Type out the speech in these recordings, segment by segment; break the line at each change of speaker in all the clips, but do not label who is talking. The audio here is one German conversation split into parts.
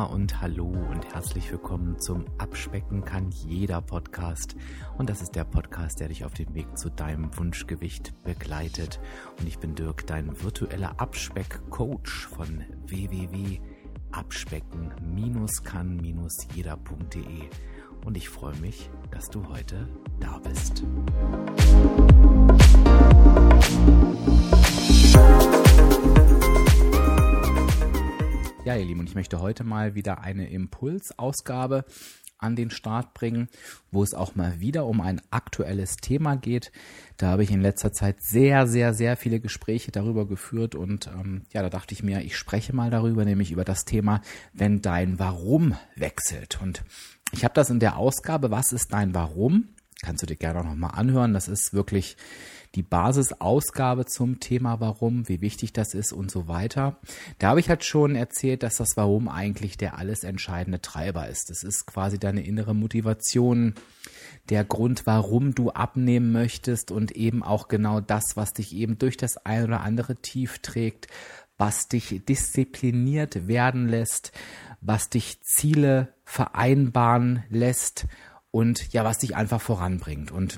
und hallo und herzlich willkommen zum Abspecken kann jeder Podcast. Und das ist der Podcast, der dich auf dem Weg zu deinem Wunschgewicht begleitet. Und ich bin Dirk, dein virtueller Abspeck-Coach von www.abspecken-kann-jeder.de. Und ich freue mich, dass du heute da bist. Ja, ihr Lieben, und ich möchte heute mal wieder eine Impulsausgabe an den Start bringen, wo es auch mal wieder um ein aktuelles Thema geht. Da habe ich in letzter Zeit sehr viele Gespräche darüber geführt und da dachte ich mir, ich spreche mal darüber, nämlich über das Thema, wenn dein Warum wechselt. Und ich habe das in der Ausgabe, was ist dein Warum? Kannst du dir gerne auch nochmal anhören. Das ist wirklich die Basisausgabe zum Thema Warum, wie wichtig das ist und so weiter. Da habe ich halt schon erzählt, dass das Warum eigentlich der alles entscheidende Treiber ist. Das ist quasi deine innere Motivation, der Grund, warum du abnehmen möchtest und eben auch genau das, was dich eben durch das ein oder andere Tief trägt, was dich diszipliniert werden lässt, was dich Ziele vereinbaren lässt und ja, was dich einfach voranbringt. Und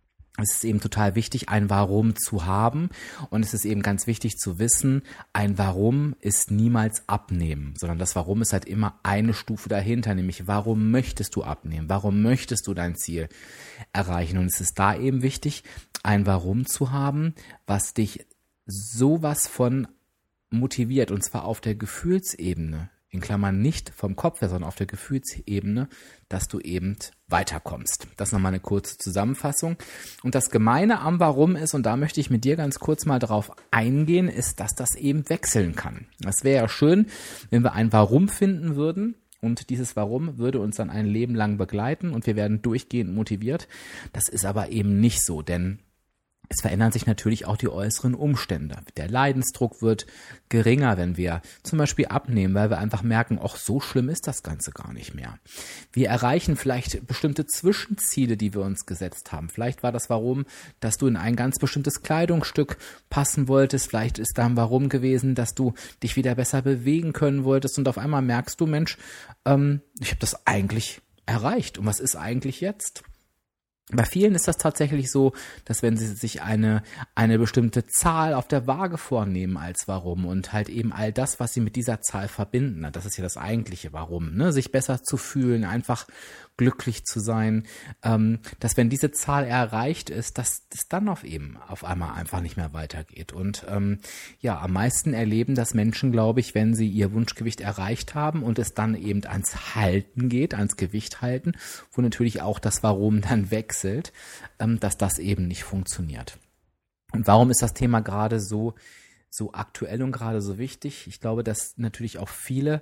es ist eben total wichtig, ein Warum zu haben, und es ist eben ganz wichtig zu wissen, ein Warum ist niemals abnehmen, sondern das Warum ist halt immer eine Stufe dahinter, nämlich warum möchtest du abnehmen, warum möchtest du dein Ziel erreichen, und es ist da eben wichtig, ein Warum zu haben, was dich sowas von motiviert, und zwar auf der Gefühlsebene, in Klammern nicht vom Kopf her, sondern auf der Gefühlsebene, dass du eben weiterkommst. Das ist nochmal eine kurze Zusammenfassung. Und das Gemeine am Warum ist, und da möchte ich mit dir ganz kurz mal drauf eingehen, ist, dass das eben wechseln kann. Das wäre ja schön, wenn wir ein Warum finden würden, und dieses Warum würde uns dann ein Leben lang begleiten und wir werden durchgehend motiviert. Das ist aber eben nicht so, denn es verändern sich natürlich auch die äußeren Umstände. Der Leidensdruck wird geringer, wenn wir zum Beispiel abnehmen, weil wir einfach merken, ach, so schlimm ist das Ganze gar nicht mehr. Wir erreichen vielleicht bestimmte Zwischenziele, die wir uns gesetzt haben. Vielleicht war das Warum, dass du in ein ganz bestimmtes Kleidungsstück passen wolltest. Vielleicht ist da ein Warum gewesen, dass du dich wieder besser bewegen können wolltest. Und auf einmal merkst du, Mensch, ich habe das eigentlich erreicht. Und was ist eigentlich jetzt? Bei vielen ist das tatsächlich so, dass wenn sie sich eine bestimmte Zahl auf der Waage vornehmen als Warum und halt eben all das, was sie mit dieser Zahl verbinden, das ist ja das eigentliche Warum, ne? Sich besser zu fühlen, einfach glücklich zu sein, dass wenn diese Zahl erreicht ist, dass das dann auf einmal einfach nicht mehr weitergeht. Und am meisten erleben das Menschen, glaube ich, wenn sie ihr Wunschgewicht erreicht haben und es dann eben ans Halten geht, ans Gewicht halten, wo natürlich auch das Warum dann wechselt, dass das eben nicht funktioniert. Und warum ist das Thema gerade so aktuell und gerade so wichtig? Ich glaube, dass natürlich auch viele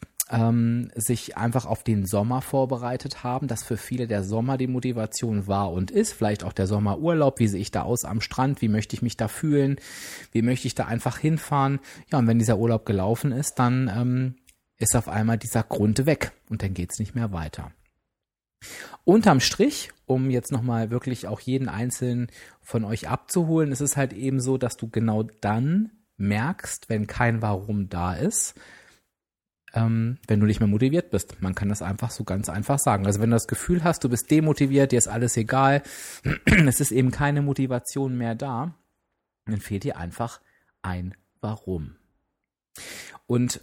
sich einfach auf den Sommer vorbereitet haben, dass für viele der Sommer die Motivation war und ist, vielleicht auch der Sommerurlaub, wie sehe ich da aus am Strand, wie möchte ich mich da fühlen, wie möchte ich da einfach hinfahren, ja, und wenn dieser Urlaub gelaufen ist, dann ist auf einmal dieser Grund weg und dann geht's nicht mehr weiter. Unterm Strich, um jetzt nochmal wirklich auch jeden Einzelnen von euch abzuholen, ist es halt eben so, dass du genau dann merkst, wenn kein Warum da ist, wenn du nicht mehr motiviert bist. Man kann das einfach so ganz einfach sagen. Also wenn du das Gefühl hast, du bist demotiviert, dir ist alles egal, es ist eben keine Motivation mehr da, dann fehlt dir einfach ein Warum. Und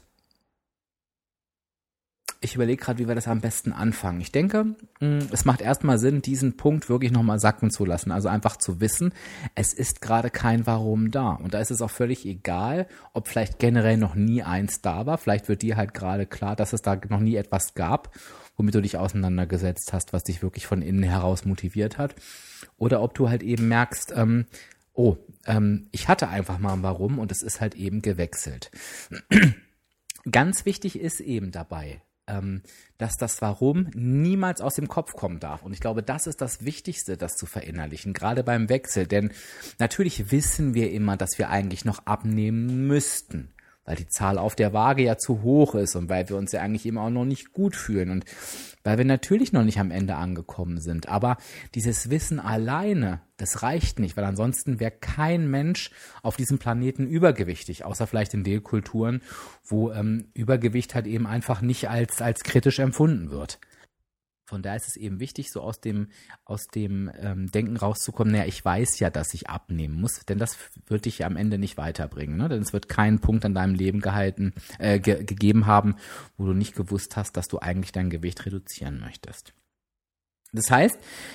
ich überlege gerade, wie wir das am besten anfangen. Ich denke, es macht erstmal Sinn, diesen Punkt wirklich nochmal sacken zu lassen. Also einfach zu wissen, es ist gerade kein Warum da. Und da ist es auch völlig egal, ob vielleicht generell noch nie eins da war. Vielleicht wird dir halt gerade klar, dass es da noch nie etwas gab, womit du dich auseinandergesetzt hast, was dich wirklich von innen heraus motiviert hat. Oder ob du halt eben merkst, ich hatte einfach mal ein Warum und es ist halt eben gewechselt. Ganz wichtig ist eben dabei, dass das Warum niemals aus dem Kopf kommen darf. Und ich glaube, das ist das Wichtigste, das zu verinnerlichen, gerade beim Wechsel. Denn natürlich wissen wir immer, dass wir eigentlich noch abnehmen müssten. weil die Zahl auf der Waage ja zu hoch ist und weil wir uns ja eigentlich eben auch noch nicht gut fühlen und weil wir natürlich noch nicht am Ende angekommen sind. Aber dieses Wissen alleine, das reicht nicht, weil ansonsten wäre kein Mensch auf diesem Planeten übergewichtig, außer vielleicht in den Kulturen, wo Übergewicht halt eben einfach nicht als kritisch empfunden wird. Von daher ist es eben wichtig, so aus dem Denken rauszukommen, naja, ich weiß ja, dass ich abnehmen muss, denn das wird dich ja am Ende nicht weiterbringen, ne? Denn es wird keinen Punkt an deinem Leben gegeben haben, wo du nicht gewusst hast, dass du eigentlich dein Gewicht reduzieren möchtest. Das heißt,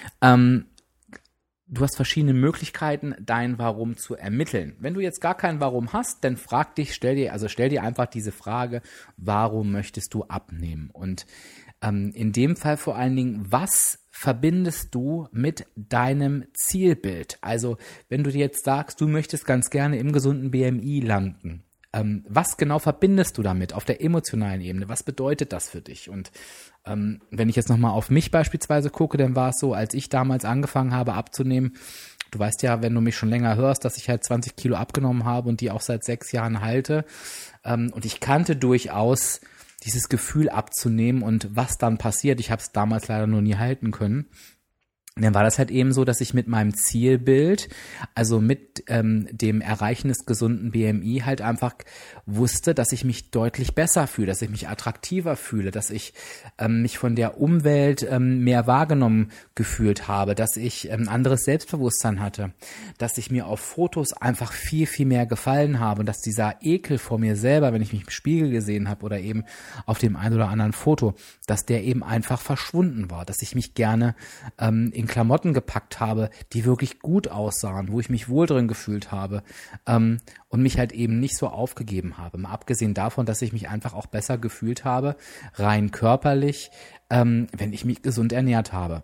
du hast verschiedene Möglichkeiten, dein Warum zu ermitteln. Wenn du jetzt gar kein Warum hast, dann stell dir einfach diese Frage, warum möchtest du abnehmen? Und in dem Fall vor allen Dingen, was verbindest du mit deinem Zielbild? Also wenn du dir jetzt sagst, du möchtest ganz gerne im gesunden BMI landen, was genau verbindest du damit auf der emotionalen Ebene? Was bedeutet das für dich? Und wenn ich jetzt nochmal auf mich beispielsweise gucke, dann war es so, als ich damals angefangen habe abzunehmen, du weißt ja, wenn du mich schon länger hörst, dass ich halt 20 Kilo abgenommen habe und die auch seit 6 Jahren halte. Und ich kannte durchaus dieses Gefühl abzunehmen und was dann passiert. Ich habe es damals leider noch nie halten können. Und dann war das halt eben so, dass ich mit meinem Zielbild, also mit dem Erreichen des gesunden BMI halt einfach wusste, dass ich mich deutlich besser fühle, dass ich mich attraktiver fühle, dass ich mich von der Umwelt mehr wahrgenommen gefühlt habe, dass ich ein anderes Selbstbewusstsein hatte, dass ich mir auf Fotos einfach viel, viel mehr gefallen habe und dass dieser Ekel vor mir selber, wenn ich mich im Spiegel gesehen habe oder eben auf dem einen oder anderen Foto, dass der eben einfach verschwunden war, dass ich mich gerne in Klamotten gepackt habe, die wirklich gut aussahen, wo ich mich wohl drin gefühlt habe und mich halt eben nicht so aufgegeben habe. Mal abgesehen davon, dass ich mich einfach auch besser gefühlt habe, rein körperlich, wenn ich mich gesund ernährt habe.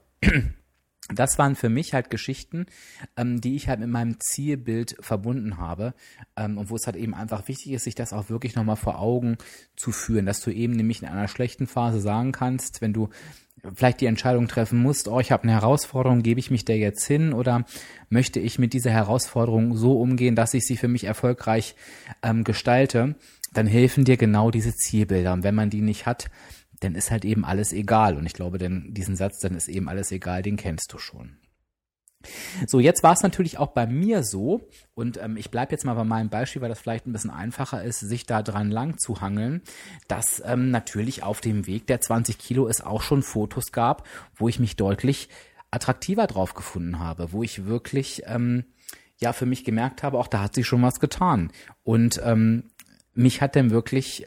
Das waren für mich halt Geschichten, die ich halt mit meinem Zielbild verbunden habe und wo es halt eben einfach wichtig ist, sich das auch wirklich nochmal vor Augen zu führen, dass du eben nämlich in einer schlechten Phase sagen kannst, wenn du vielleicht die Entscheidung treffen musst, ich habe eine Herausforderung, gebe ich mich der jetzt hin oder möchte ich mit dieser Herausforderung so umgehen, dass ich sie für mich erfolgreich gestalte, dann helfen dir genau diese Zielbilder. Und wenn man die nicht hat, dann ist halt eben alles egal. Und ich glaube, diesen Satz, dann ist eben alles egal, den kennst du schon. So, jetzt war es natürlich auch bei mir so, und ich bleibe jetzt mal bei meinem Beispiel, weil das vielleicht ein bisschen einfacher ist, sich da dran lang zu hangeln, dass natürlich auf dem Weg der 20 Kilo es auch schon Fotos gab, wo ich mich deutlich attraktiver drauf gefunden habe, wo ich wirklich für mich gemerkt habe, auch da hat sich schon was getan. Und mich hat dann wirklich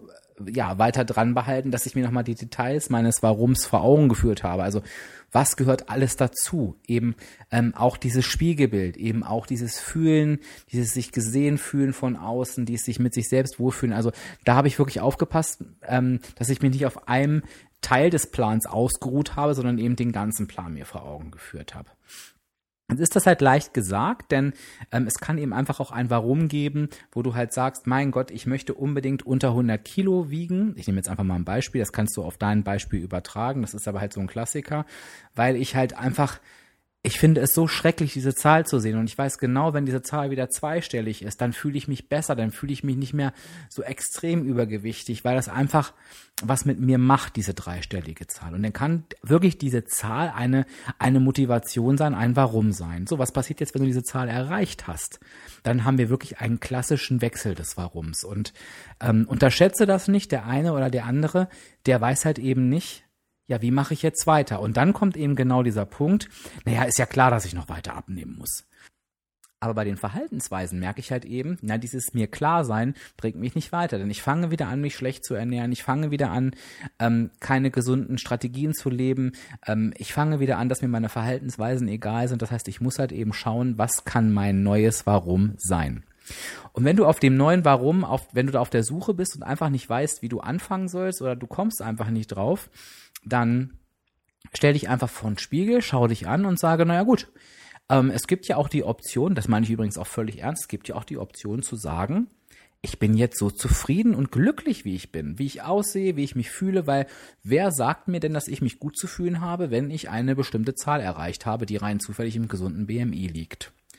weiter dran behalten, dass ich mir nochmal die Details meines Warums vor Augen geführt habe. Also was gehört alles dazu? Eben auch dieses Spiegelbild, eben auch dieses Fühlen, dieses sich gesehen fühlen von außen, dieses sich mit sich selbst wohlfühlen. Also da habe ich wirklich aufgepasst, dass ich mich nicht auf einem Teil des Plans ausgeruht habe, sondern eben den ganzen Plan mir vor Augen geführt habe. Jetzt ist das halt leicht gesagt, denn es kann eben einfach auch ein Warum geben, wo du halt sagst, mein Gott, ich möchte unbedingt unter 100 Kilo wiegen. Ich nehme jetzt einfach mal ein Beispiel, das kannst du auf dein Beispiel übertragen, das ist aber halt so ein Klassiker, weil ich halt einfach, ich finde es so schrecklich, diese Zahl zu sehen und ich weiß genau, wenn diese Zahl wieder zweistellig ist, dann fühle ich mich besser, dann fühle ich mich nicht mehr so extrem übergewichtig, weil das einfach was mit mir macht, diese dreistellige Zahl. Und dann kann wirklich diese Zahl eine Motivation sein, ein Warum sein. So, was passiert jetzt, wenn du diese Zahl erreicht hast? Dann haben wir wirklich einen klassischen Wechsel des Warums. Und unterschätze das nicht, der eine oder der andere, der weiß halt eben nicht, ja, wie mache ich jetzt weiter? Und dann kommt eben genau dieser Punkt, naja, ist ja klar, dass ich noch weiter abnehmen muss. Aber bei den Verhaltensweisen merke ich halt eben, dieses mir klar sein bringt mich nicht weiter, denn ich fange wieder an, mich schlecht zu ernähren, ich fange wieder an, keine gesunden Strategien zu leben, ich fange wieder an, dass mir meine Verhaltensweisen egal sind, das heißt, ich muss halt eben schauen, was kann mein neues Warum sein. Und wenn du auf dem neuen Warum, wenn du da auf der Suche bist und einfach nicht weißt, wie du anfangen sollst oder du kommst einfach nicht drauf, dann stell dich einfach vor den Spiegel, schau dich an und sage, naja gut, es gibt ja auch die Option, das meine ich übrigens auch völlig ernst, es gibt ja auch die Option zu sagen, ich bin jetzt so zufrieden und glücklich, wie ich bin, wie ich aussehe, wie ich mich fühle, weil wer sagt mir denn, dass ich mich gut zu fühlen habe, wenn ich eine bestimmte Zahl erreicht habe, die rein zufällig im gesunden BMI liegt?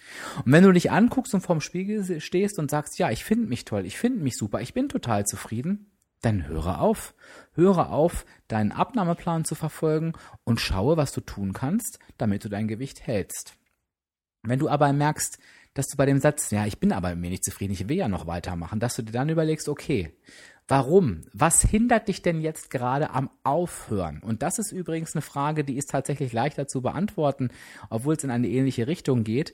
Und wenn du dich anguckst und vorm Spiegel stehst und sagst, ja, ich finde mich toll, ich finde mich super, ich bin total zufrieden, dann höre auf. Höre auf, deinen Abnahmeplan zu verfolgen und schaue, was du tun kannst, damit du dein Gewicht hältst. Wenn du aber merkst, dass du bei dem Satz, ja, ich bin aber mit mir nicht zufrieden, ich will ja noch weitermachen, dass du dir dann überlegst, okay, warum? Was hindert dich denn jetzt gerade am Aufhören? Und das ist übrigens eine Frage, die ist tatsächlich leichter zu beantworten, obwohl es in eine ähnliche Richtung geht,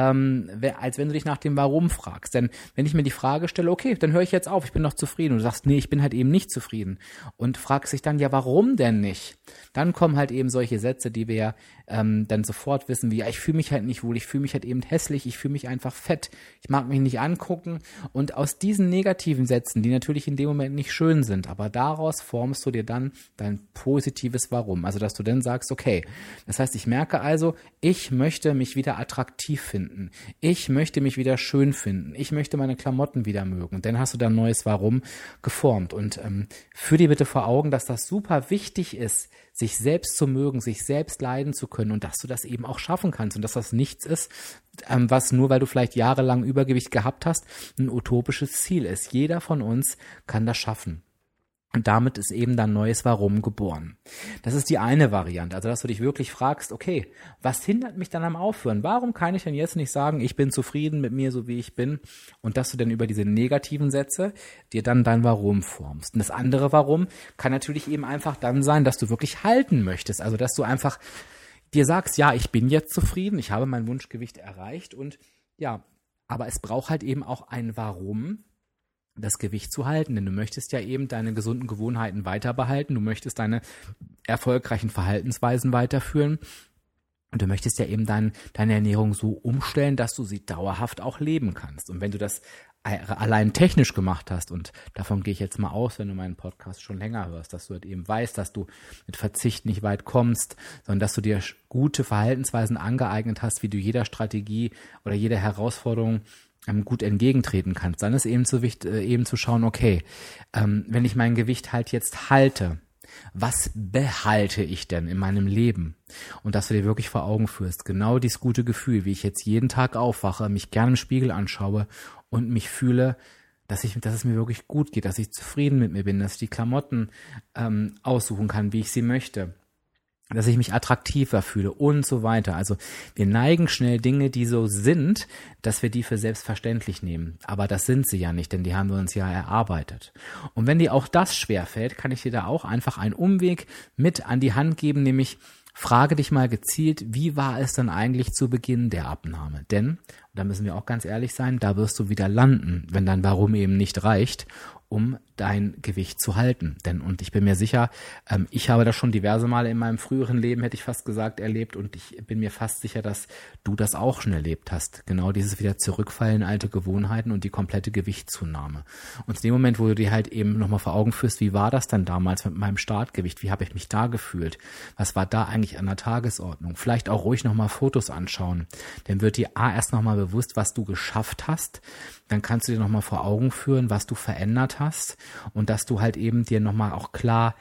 als wenn du dich nach dem Warum fragst. Denn wenn ich mir die Frage stelle, okay, dann höre ich jetzt auf, ich bin noch zufrieden. Und du sagst, nee, ich bin halt eben nicht zufrieden. Und fragst dich dann, ja, warum denn nicht? Dann kommen halt eben solche Sätze, die wir ja dann sofort wissen, wie, ja, ich fühle mich halt nicht wohl, ich fühle mich halt eben hässlich, ich fühle mich einfach fett, ich mag mich nicht angucken. Und aus diesen negativen Sätzen, die natürlich in dem Moment nicht schön sind, aber daraus formst du dir dann dein positives Warum. Also, dass du dann sagst, okay, das heißt, ich merke also, ich möchte mich wieder attraktiv finden. Ich möchte mich wieder schön finden. Ich möchte meine Klamotten wieder mögen. Und dann hast du da ein neues Warum geformt. Und führ dir bitte vor Augen, dass das super wichtig ist, sich selbst zu mögen, sich selbst leiden zu können und dass du das eben auch schaffen kannst und dass das nichts ist, was nur, weil du vielleicht jahrelang Übergewicht gehabt hast, ein utopisches Ziel ist. Jeder von uns kann das schaffen. Und damit ist eben dein neues Warum geboren. Das ist die eine Variante, also dass du dich wirklich fragst, okay, was hindert mich dann am Aufhören? Warum kann ich denn jetzt nicht sagen, ich bin zufrieden mit mir, so wie ich bin? Und dass du dann über diese negativen Sätze dir dann dein Warum formst. Und das andere Warum kann natürlich eben einfach dann sein, dass du wirklich halten möchtest. Also dass du einfach dir sagst, ja, ich bin jetzt zufrieden, ich habe mein Wunschgewicht erreicht und ja, aber es braucht halt eben auch ein Warum, das Gewicht zu halten, denn du möchtest ja eben deine gesunden Gewohnheiten weiter behalten, du möchtest deine erfolgreichen Verhaltensweisen weiterführen und du möchtest ja eben deine Ernährung so umstellen, dass du sie dauerhaft auch leben kannst. Und wenn du das allein technisch gemacht hast, und davon gehe ich jetzt mal aus, wenn du meinen Podcast schon länger hörst, dass du halt eben weißt, dass du mit Verzicht nicht weit kommst, sondern dass du dir gute Verhaltensweisen angeeignet hast, wie du jeder Strategie oder jeder Herausforderung gut entgegentreten kannst, dann ist eben so wichtig, eben zu schauen, okay, wenn ich mein Gewicht halt jetzt halte, was behalte ich denn in meinem Leben? Und dass du dir wirklich vor Augen führst, genau dieses gute Gefühl, wie ich jetzt jeden Tag aufwache, mich gerne im Spiegel anschaue und mich fühle, dass es mir wirklich gut geht, dass ich zufrieden mit mir bin, dass ich die Klamotten aussuchen kann, wie ich sie möchte, dass ich mich attraktiver fühle und so weiter. Also wir neigen schnell Dinge, die so sind, dass wir die für selbstverständlich nehmen. Aber das sind sie ja nicht, denn die haben wir uns ja erarbeitet. Und wenn dir auch das schwerfällt, kann ich dir da auch einfach einen Umweg mit an die Hand geben, nämlich frage dich mal gezielt, wie war es dann eigentlich zu Beginn der Abnahme? Denn, und da müssen wir auch ganz ehrlich sein, da wirst du wieder landen, wenn dein Warum eben nicht reicht, um dein Gewicht zu halten. Und ich bin mir sicher, ich habe das schon diverse Male in meinem früheren Leben, hätte ich fast gesagt, erlebt und ich bin mir fast sicher, dass du das auch schon erlebt hast. Genau dieses wieder Zurückfallen in alte Gewohnheiten und die komplette Gewichtszunahme. Und in dem Moment, wo du dir halt eben nochmal vor Augen führst, wie war das dann damals mit meinem Startgewicht? Wie habe ich mich da gefühlt? Was war da eigentlich an der Tagesordnung? Vielleicht auch ruhig nochmal Fotos anschauen. Dann wird dir erst nochmal bewusst, was du geschafft hast. Dann kannst du dir nochmal vor Augen führen, was du verändert hast und dass du halt eben dir nochmal auch klar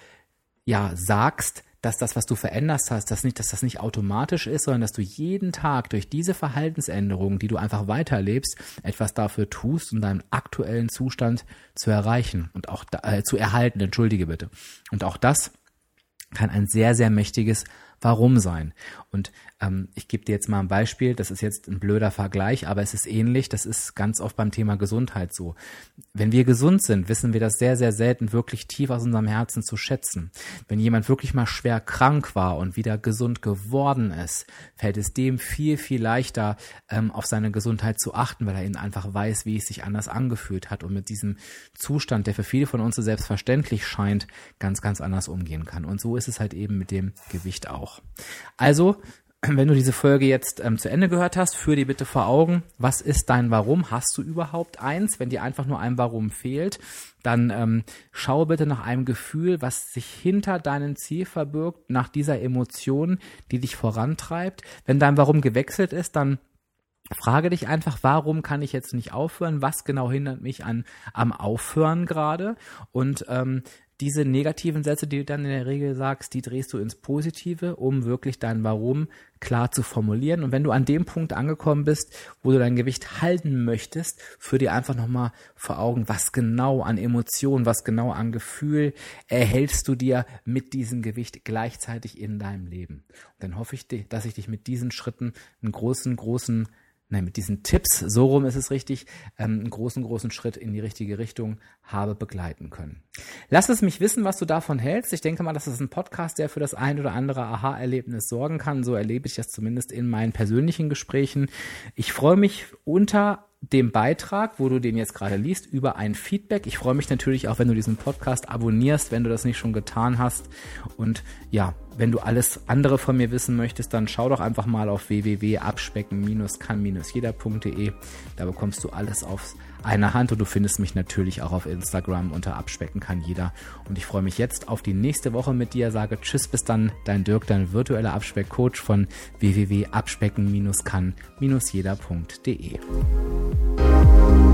sagst, dass das, was du verändert hast, dass das nicht automatisch ist, sondern dass du jeden Tag durch diese Verhaltensänderungen, die du einfach weiterlebst, etwas dafür tust, um deinen aktuellen Zustand zu erreichen und auch zu erhalten, entschuldige bitte. Und auch das kann ein sehr, sehr mächtiges Warum sein. Und ich gebe dir jetzt mal ein Beispiel, das ist jetzt ein blöder Vergleich, aber es ist ähnlich, das ist ganz oft beim Thema Gesundheit so. Wenn wir gesund sind, wissen wir das sehr, sehr selten wirklich tief aus unserem Herzen zu schätzen. Wenn jemand wirklich mal schwer krank war und wieder gesund geworden ist, fällt es dem viel, viel leichter, auf seine Gesundheit zu achten, weil er eben einfach weiß, wie es sich anders angefühlt hat und mit diesem Zustand, der für viele von uns so selbstverständlich scheint, ganz, ganz anders umgehen kann. Und so ist es halt eben mit dem Gewicht auch. Also, wenn du diese Folge jetzt zu Ende gehört hast, führ dir bitte vor Augen, was ist dein Warum? Hast du überhaupt eins? Wenn dir einfach nur ein Warum fehlt, dann schau bitte nach einem Gefühl, was sich hinter deinem Ziel verbirgt, nach dieser Emotion, die dich vorantreibt. Wenn dein Warum gewechselt ist, dann frage dich einfach, warum kann ich jetzt nicht aufhören? Was genau hindert mich am Aufhören gerade? Und diese negativen Sätze, die du dann in der Regel sagst, die drehst du ins Positive, um wirklich dein Warum klar zu formulieren. Und wenn du an dem Punkt angekommen bist, wo du dein Gewicht halten möchtest, führ dir einfach nochmal vor Augen, was genau an Emotionen, was genau an Gefühl erhältst du dir mit diesem Gewicht gleichzeitig in deinem Leben. Und dann hoffe ich, dass ich dich mit diesen Schritten mit diesen Tipps, so rum ist es richtig, einen großen Schritt in die richtige Richtung habe begleiten können. Lass es mich wissen, was du davon hältst. Ich denke mal, das ist ein Podcast, der für das ein oder andere Aha-Erlebnis sorgen kann. So erlebe ich das zumindest in meinen persönlichen Gesprächen. Ich freue mich unter dem Beitrag, wo du den jetzt gerade liest, über ein Feedback. Ich freue mich natürlich auch, wenn du diesen Podcast abonnierst, wenn du das nicht schon getan hast. Und ja, wenn du alles andere von mir wissen möchtest, dann schau doch einfach mal auf www.abspecken-kann-jeder.de. Da bekommst du alles auf eine Hand und du findest mich natürlich auch auf Instagram unter Abspecken kann jeder. Und ich freue mich jetzt auf die nächste Woche mit dir. Sage tschüss, bis dann, dein Dirk, dein virtueller Abspeck-Coach von www.abspecken-kann-jeder.de.